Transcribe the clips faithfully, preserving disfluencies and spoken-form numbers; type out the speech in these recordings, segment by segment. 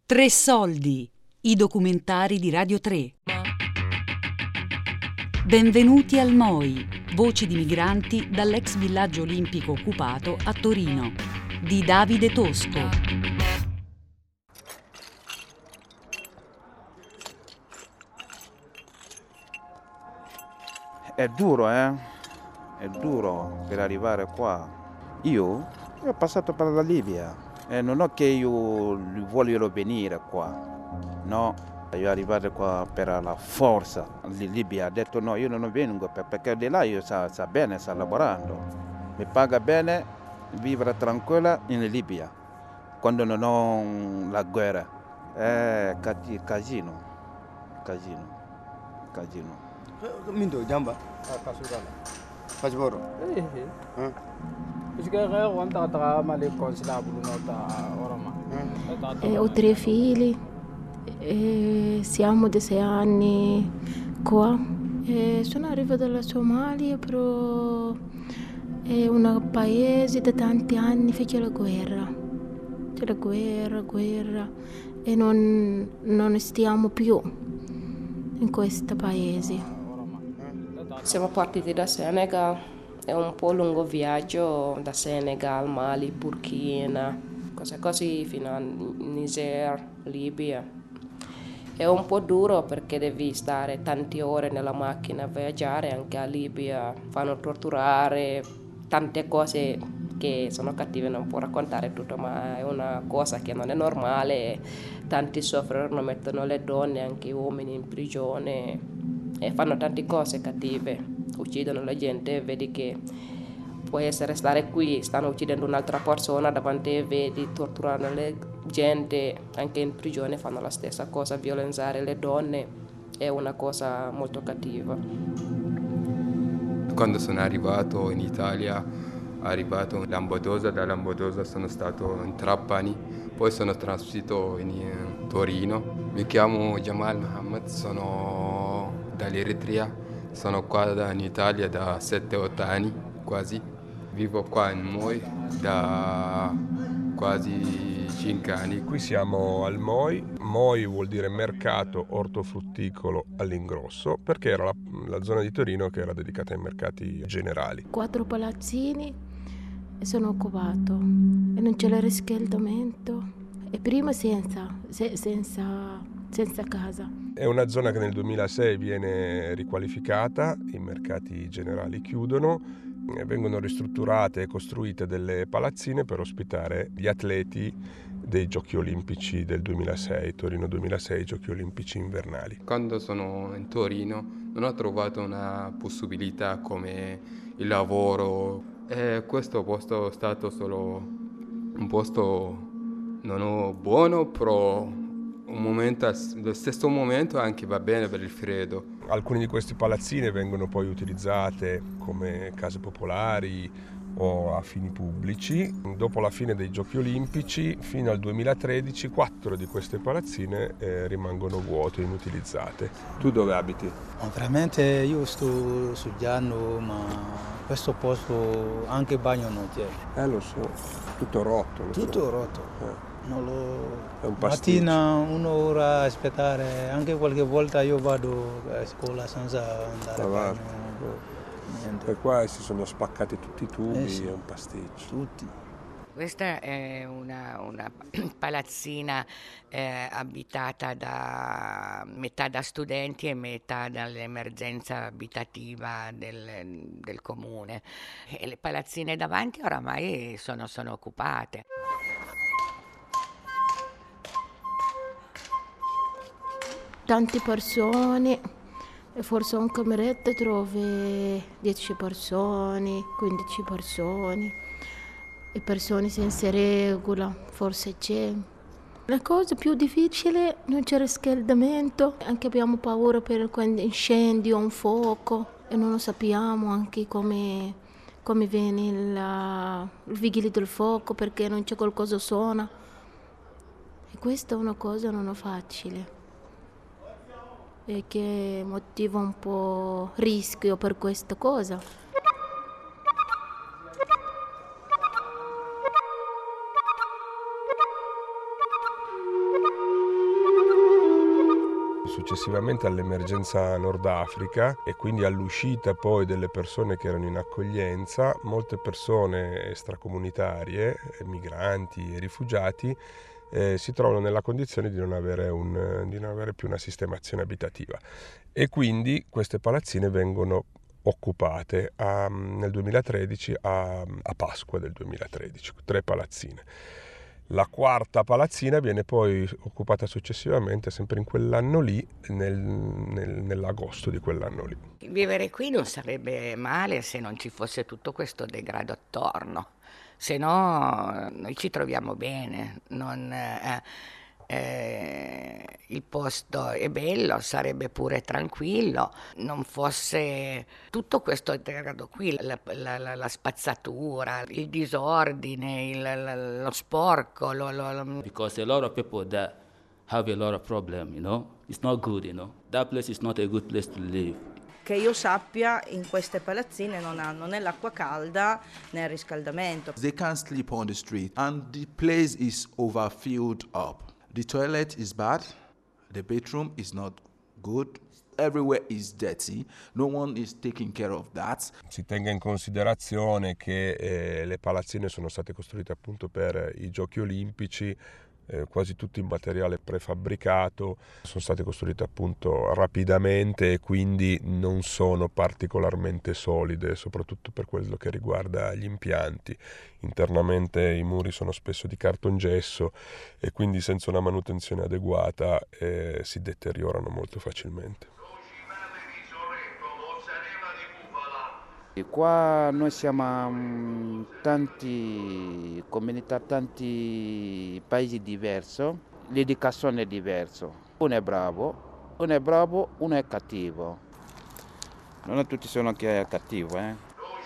Tre soldi, i documentari di Radio tre. Benvenuti al M O I, voci di migranti dall'ex villaggio olimpico occupato a Torino, di Davide Tosco. È duro, eh? È duro per arrivare qua. Io, io ho passato per la Libia e non è che io voglio venire qua, no. Io arrivato qua per la forza. In Libia ha detto no, io non vengo perché di là io sa, sa bene, sta lavorando. Mi paga bene, vivere tranquilla in Libia, quando non ho la guerra. È casino, casino, casino. Mindo jamba kasugala kasboro eh eh Iska kaya kwanta ta male consilabulu nota orama Eh, ho tre figli, eh, siamo da sei anni qua. Eh, sono arrivata dalla Somalia, però è un paese da tanti anni fece la guerra. C'è la guerra, guerra e non, non stiamo più in questo paese. Siamo partiti da Senegal, è un po' lungo viaggio da Senegal, Mali, Burkina, cose così fino a Niger, Libia. È un po' duro perché devi stare tante ore nella macchina a viaggiare, anche a Libia fanno torturare, tante cose che sono cattive, non può raccontare tutto, ma è una cosa che non è normale, tanti soffrono, mettono le donne, anche gli uomini in prigione. E fanno tante cose cattive, uccidono la gente, vedi che può essere stare qui, stanno uccidendo un'altra persona davanti e vedi, torturano la gente, anche in prigione fanno la stessa cosa, violentare le donne, è una cosa molto cattiva. Quando sono arrivato in Italia, arrivato a Lampedusa, da Lampedusa sono stato in Trapani, poi sono trasferito in Torino. Mi chiamo Jamal Mohammed, sono dall'Eritrea, sono qua in Italia da sette otto anni quasi, vivo qua in M O I da quasi cinque anni. Qui siamo al M O I, M O I vuol dire mercato ortofrutticolo all'ingrosso, perché era la, la zona di Torino che era dedicata ai mercati generali. Quattro palazzini e sono occupato e non c'è il riscaldamento e prima senza, se, senza, senza casa. È una zona che nel duemilasei viene riqualificata, i mercati generali chiudono, vengono ristrutturate e costruite delle palazzine per ospitare gli atleti dei Giochi Olimpici del duemilasei, Torino duemilasei, Giochi Olimpici invernali. Quando sono in Torino non ho trovato una possibilità come il lavoro e questo posto è stato solo un posto non ho buono, però un momento, allo stesso momento anche va bene per il freddo. Alcune di queste palazzine vengono poi utilizzate come case popolari o a fini pubblici. Dopo la fine dei Giochi Olimpici, fino al duemilatredici, quattro di queste palazzine eh, rimangono vuote, inutilizzate. Tu dove abiti? Ma veramente io sto studiando, ma questo posto anche bagno non c'è. Eh lo so, tutto rotto. Lo Tutto so. rotto. Eh. Non lo... È un pasticcio. Mattina un'ora aspettare, anche qualche volta io vado a scuola senza andare a bagno. Niente. E qua si sono spaccati tutti i tubi, Eh sì. è un pasticcio. Tutti. Questa è una, una palazzina eh, abitata da metà da studenti e metà dall'emergenza abitativa del, del comune. E le palazzine davanti oramai sono, sono occupate. Tante persone, e forse un cameretta trovi dieci persone, quindici persone, e persone senza regola, forse c'è. La cosa più difficile, non c'è riscaldamento, anche abbiamo paura per quando incendi o un fuoco e non lo sappiamo anche come, come viene il, il vigile del fuoco perché non c'è qualcosa suona. E questa è una cosa non è facile. E che motiva un po' rischio per questa cosa. Successivamente all'emergenza Nord Africa e quindi all'uscita poi delle persone che erano in accoglienza, molte persone extracomunitarie, migranti e rifugiati, eh, si trovano nella condizione di non avere, un, di non avere più una sistemazione abitativa e quindi queste palazzine vengono occupate a, nel duemilatredici a, a Pasqua del duemilatredici, tre palazzine. La quarta palazzina viene poi occupata successivamente, sempre in quell'anno lì, nel, nel, nell'agosto di quell'anno lì. Vivere qui non sarebbe male se non ci fosse tutto questo degrado attorno, se no noi ci troviamo bene, non, eh, eh, il posto è bello, sarebbe pure tranquillo, non fosse tutto questo degrado qui, la, la, la, la spazzatura, il disordine, il, lo sporco. Lo, lo, lo... Because a lot of people that have a lot of problem, you know, it's not good, you know, that place is not a good place to live. Che io sappia, in queste palazzine non hanno né l'acqua calda né il riscaldamento. They can't sleep on the street and the place is overfilled up. The toilet is bad, the bedroom is not good, everywhere is dirty, no one is taking care of that. Si tenga in considerazione che eh, le palazzine sono state costruite appunto per i giochi olimpici, eh, quasi tutti in materiale prefabbricato, sono state costruite appunto rapidamente e quindi non sono particolarmente solide, soprattutto per quello che riguarda gli impianti. Internamente i muri sono spesso di cartongesso e quindi senza una manutenzione adeguata eh, si deteriorano molto facilmente. E qua noi siamo um, tanti comunità, tanti paesi diversi, l'educazione è diversa. Uno è bravo, uno è bravo, uno è cattivo. Non tutti sono che cattivi, eh.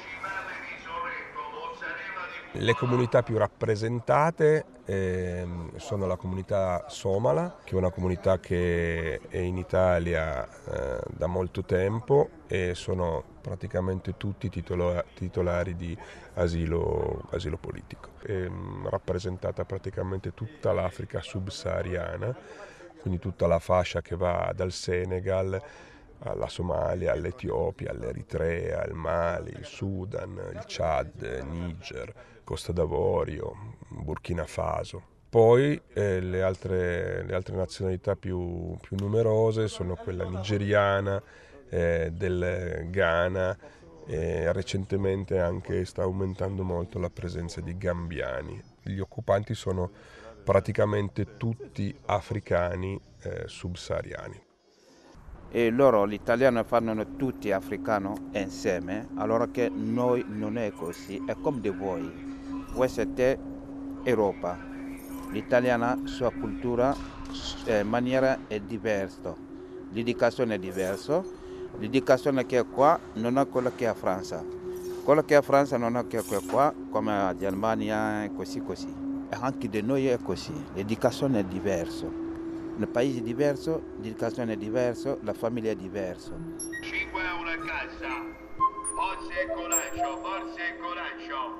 Le comunità più rappresentate eh, sono la comunità somala, che è una comunità che è in Italia eh, da molto tempo e sono praticamente tutti titolo- titolari di asilo, asilo politico. È mh, rappresentata praticamente tutta l'Africa subsahariana, quindi tutta la fascia che va dal Senegal alla Somalia, all'Etiopia, all'Eritrea, al Mali, il Sudan, il Chad, Niger, Costa d'Avorio, Burkina Faso. Poi eh, le, altre, le altre nazionalità più, più numerose sono quella nigeriana, eh, del Ghana e recentemente anche sta aumentando molto la presenza di gambiani. Gli occupanti sono praticamente tutti africani eh, subsahariani. E loro, gli italiani, fanno tutti africani insieme, allora che noi non è così, è come di voi. Questa è Europa, l'italiana, sua cultura, eh, maniera è diversa, l'educazione è diversa, l'educazione che è qua non è quella che è a Francia, quella che è a Francia non è quella che è qua, come a Germania, così così. E anche da noi è così, l'educazione è diversa. Nel paese è diverso, l'educazione è diversa, la famiglia è diversa. cinque euro a cassa, forza e coraggio, forza e coraggio.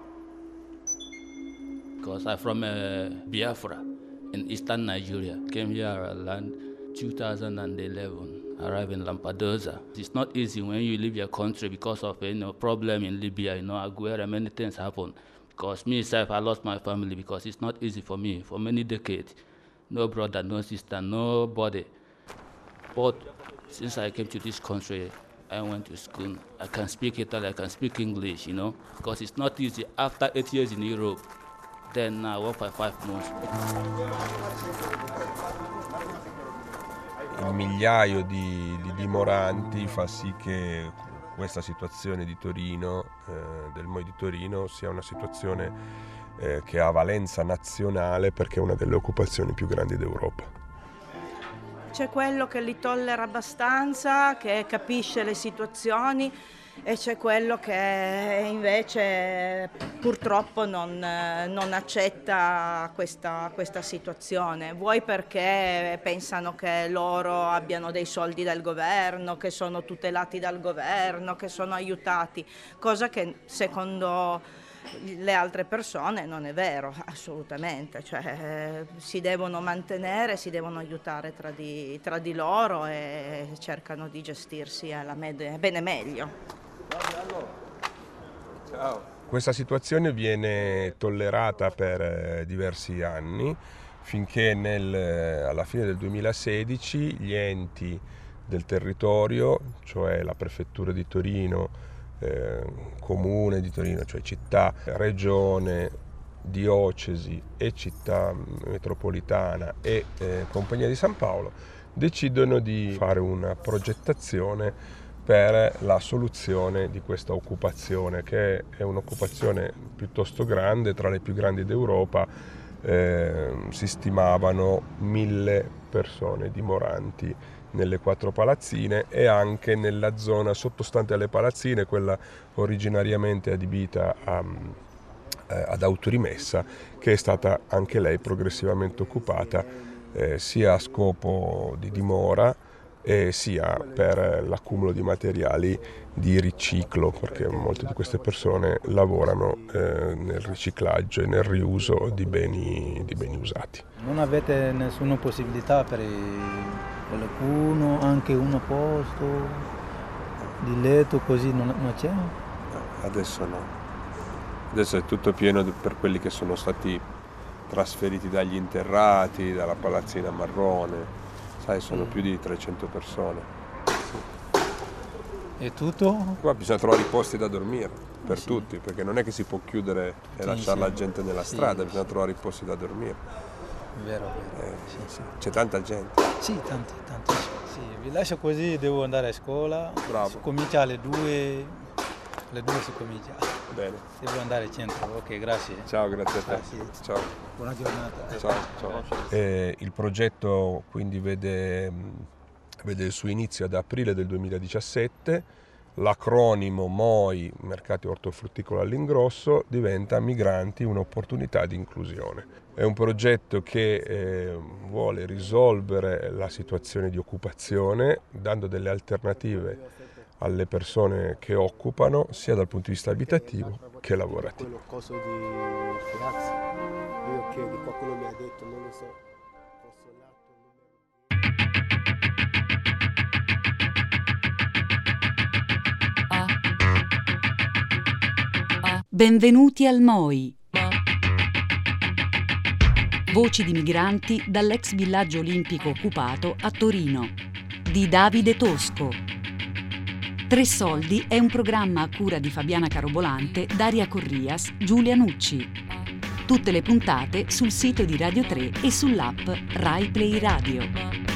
Because I'm from uh, Biafra in eastern Nigeria. Came here around two thousand eleven, arrived in Lampedusa. It's not easy when you leave your country because of you know, problem in Libya, you know, Aguera, many things happen. Because me myself, I lost my family because it's not easy for me for many decades. No brother, no sister, nobody. But since I came to this country, I went to school. I can speak Italian, I can speak English, you know, because it's not easy. After eight years in Europe, then I work for five months. Il migliaio di, di dimoranti fa sì che questa situazione di Torino, eh, del M O I di Torino, sia una situazione eh, che ha valenza nazionale perché è una delle occupazioni più grandi d'Europa. C'è quello che li tollera abbastanza, che capisce le situazioni, e c'è quello che invece purtroppo non, non accetta questa, questa situazione, vuoi perché pensano che loro abbiano dei soldi dal governo, che sono tutelati dal governo, che sono aiutati, cosa che secondo le altre persone non è vero, assolutamente, cioè, eh, si devono mantenere, si devono aiutare tra di, tra di loro e cercano di gestirsi alla med- bene meglio. Ciao. Questa situazione viene tollerata per eh, diversi anni, finché nel, alla fine del duemilasedici gli enti del territorio, cioè la Prefettura di Torino, eh, Comune di Torino, cioè città, regione, diocesi e città metropolitana e eh, Compagnia di San Paolo, decidono di fare una progettazione per la soluzione di questa occupazione, che è un'occupazione piuttosto grande, tra le più grandi d'Europa. Eh, si stimavano mille persone dimoranti nelle quattro palazzine e anche nella zona sottostante alle palazzine, quella originariamente adibita a, eh, ad autorimessa, che è stata anche lei progressivamente occupata eh, sia a scopo di dimora e sia per l'accumulo di materiali di riciclo, perché molte di queste persone lavorano eh, nel riciclaggio e nel riuso di beni, di beni usati. Non avete nessuna possibilità per qualcuno, anche uno posto di letto così non, non c'è? Adesso no, adesso è tutto pieno per quelli che sono stati trasferiti dagli interrati, dalla palazzina marrone. Sai, sono più di trecento persone. E tutto? Qua bisogna trovare i posti da dormire per sì. tutti, perché non è che si può chiudere e sì, lasciare sì. la gente nella sì, strada, sì. bisogna trovare i posti da dormire. Vero, vero. Eh, sì, sì. C'è tanta gente. Sì, tanti, tanti. Sì, vi lascio così, devo andare a scuola. Bravo. Si comincia alle due, alle due si comincia. Bene. Devo andare al centro, ok, grazie. Ciao, grazie a te. Grazie. Ciao. Buona giornata. Ciao, ciao. Eh, il progetto quindi vede, vede il suo inizio ad aprile del duemiladiciassette, l'acronimo M O I, Mercati Ortofrutticolo all'Ingrosso, diventa Migranti, un'opportunità di inclusione. È un progetto che eh, vuole risolvere la situazione di occupazione, dando delle alternative alle persone che occupano, sia dal punto di vista abitativo che lavorativo. Quello coso di Piazza, io che qualcuno mi ha detto, non lo so. Benvenuti al M O I. Voci di migranti dall'ex villaggio olimpico occupato a Torino, di Davide Tosco. Tre Soldi è un programma a cura di Fabiana Carobolante, Daria Corrias, Giulia Nucci. Tutte le puntate sul sito di Radio tre e sull'app Rai Play Radio.